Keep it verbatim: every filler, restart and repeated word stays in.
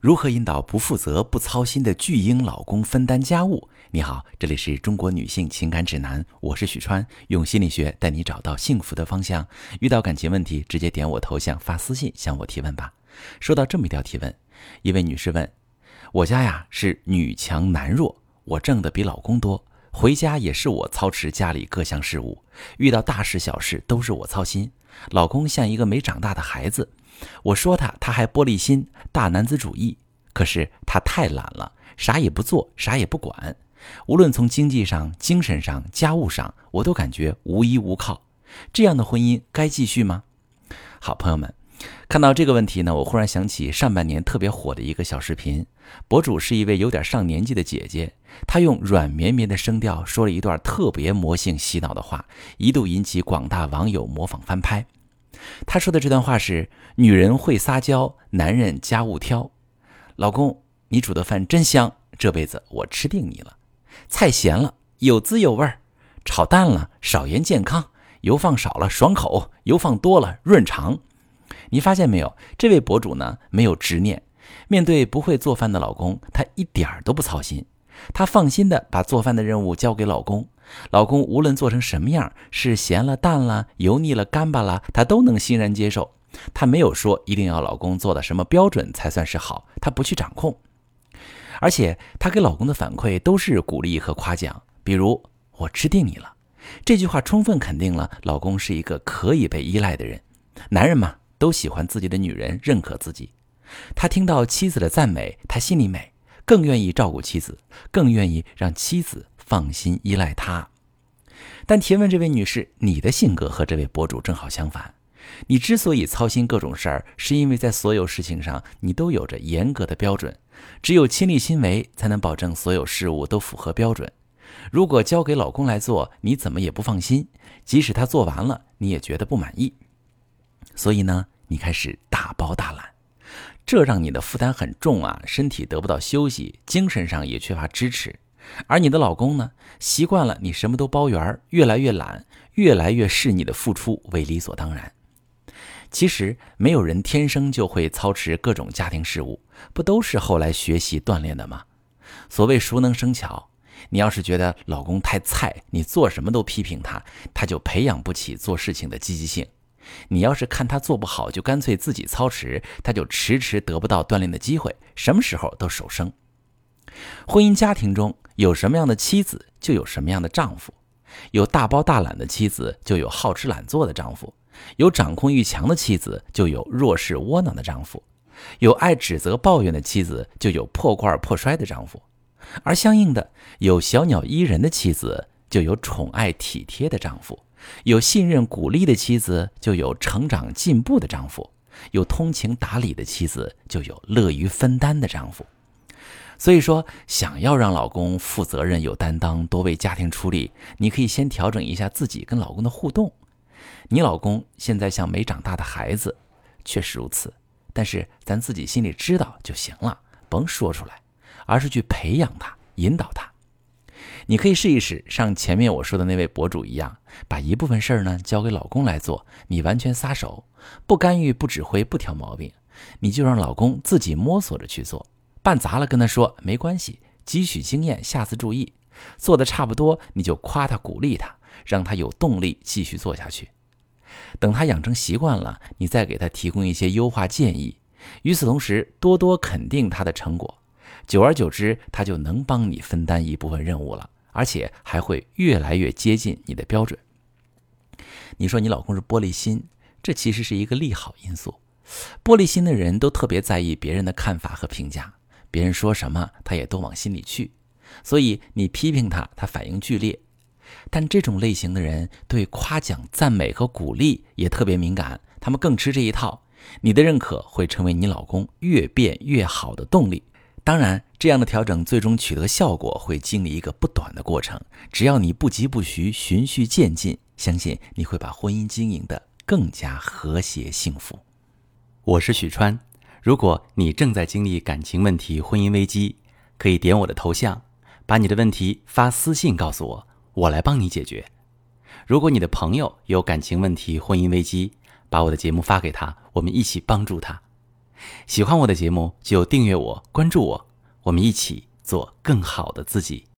如何引导不负责、不操心的巨婴老公分担家务？你好，这里是中国女性情感指南，我是许川，用心理学带你找到幸福的方向。遇到感情问题，直接点我头像发私信向我提问吧。收到这么一条提问，一位女士问：我家呀是女强男弱，我挣的比老公多，回家也是我操持家里各项事务，遇到大事小事都是我操心，老公像一个没长大的孩子，我说他，他还玻璃心，大男子主义，可是他太懒了，啥也不做，啥也不管，无论从经济上、精神上、家务上，我都感觉无依无靠。这样的婚姻该继续吗？好，朋友们，看到这个问题呢，我忽然想起上半年特别火的一个小视频，博主是一位有点上年纪的姐姐，她用软绵绵的声调说了一段特别魔性洗脑的话，一度引起广大网友模仿翻拍。她说的这段话是：女人会撒娇，男人家务挑。老公，你煮的饭真香，这辈子我吃定你了。菜咸了，有滋有味儿；炒淡了，少盐健康；油放少了，爽口；油放多了，润肠。你发现没有？这位博主呢，没有执念，面对不会做饭的老公，她一点都不操心，她放心的把做饭的任务交给老公。老公无论做成什么样，是咸了淡了，油腻了干巴了，她都能欣然接受。她没有说一定要老公做到什么标准才算是好，她不去掌控。而且她给老公的反馈都是鼓励和夸奖，比如我吃定你了，这句话充分肯定了老公是一个可以被依赖的人。男人嘛，都喜欢自己的女人认可自己，他听到妻子的赞美，他心里美，更愿意照顾妻子，更愿意让妻子放心依赖他。但提问这位女士，你的性格和这位博主正好相反，你之所以操心各种事儿，是因为在所有事情上你都有着严格的标准，只有亲力亲为才能保证所有事物都符合标准。如果交给老公来做，你怎么也不放心，即使他做完了，你也觉得不满意。所以呢，你开始大包大揽，这让你的负担很重啊，身体得不到休息，精神上也缺乏支持。而你的老公呢，习惯了你什么都包圆，越来越懒，越来越视你的付出为理所当然。其实没有人天生就会操持各种家庭事务，不都是后来学习锻炼的吗？所谓熟能生巧，你要是觉得老公太菜，你做什么都批评他，他就培养不起做事情的积极性。你要是看他做不好，就干脆自己操持，他就迟迟得不到锻炼的机会，什么时候都手生。婚姻家庭中有什么样的妻子，就有什么样的丈夫。有大包大揽的妻子，就有好吃懒做的丈夫；有掌控欲强的妻子，就有弱势窝囊的丈夫；有爱指责抱怨的妻子，就有破罐破摔的丈夫。而相应的，有小鸟依人的妻子，就有宠爱体贴的丈夫；有信任鼓励的妻子，就有成长进步的丈夫；有通情达理的妻子，就有乐于分担的丈夫。所以说，想要让老公负责任有担当，多为家庭出力，你可以先调整一下自己跟老公的互动。你老公现在像没长大的孩子，确实如此，但是咱自己心里知道就行了，甭说出来，而是去培养他，引导他。你可以试一试像前面我说的那位博主一样，把一部分事儿呢交给老公来做，你完全撒手，不干预，不指挥，不挑毛病，你就让老公自己摸索着去做。办砸了跟他说没关系，汲取经验，下次注意。做得差不多，你就夸他，鼓励他，让他有动力继续做下去。等他养成习惯了，你再给他提供一些优化建议，与此同时多多肯定他的成果。久而久之，他就能帮你分担一部分任务了，而且还会越来越接近你的标准。你说你老公是玻璃心，这其实是一个利好因素。玻璃心的人都特别在意别人的看法和评价，别人说什么他也都往心里去，所以你批评他，他反应剧烈。但这种类型的人对夸奖、赞美和鼓励也特别敏感，他们更吃这一套。你的认可会成为你老公越变越好的动力。当然，这样的调整最终取得效果会经历一个不短的过程，只要你不急不徐，循序渐进，相信你会把婚姻经营得更加和谐幸福。我是许川，如果你正在经历感情问题、婚姻危机，可以点我的头像，把你的问题发私信告诉我，我来帮你解决。如果你的朋友有感情问题、婚姻危机，把我的节目发给他，我们一起帮助他。 喜欢我的节目就订阅我，关注我，我们一起做更好的自己。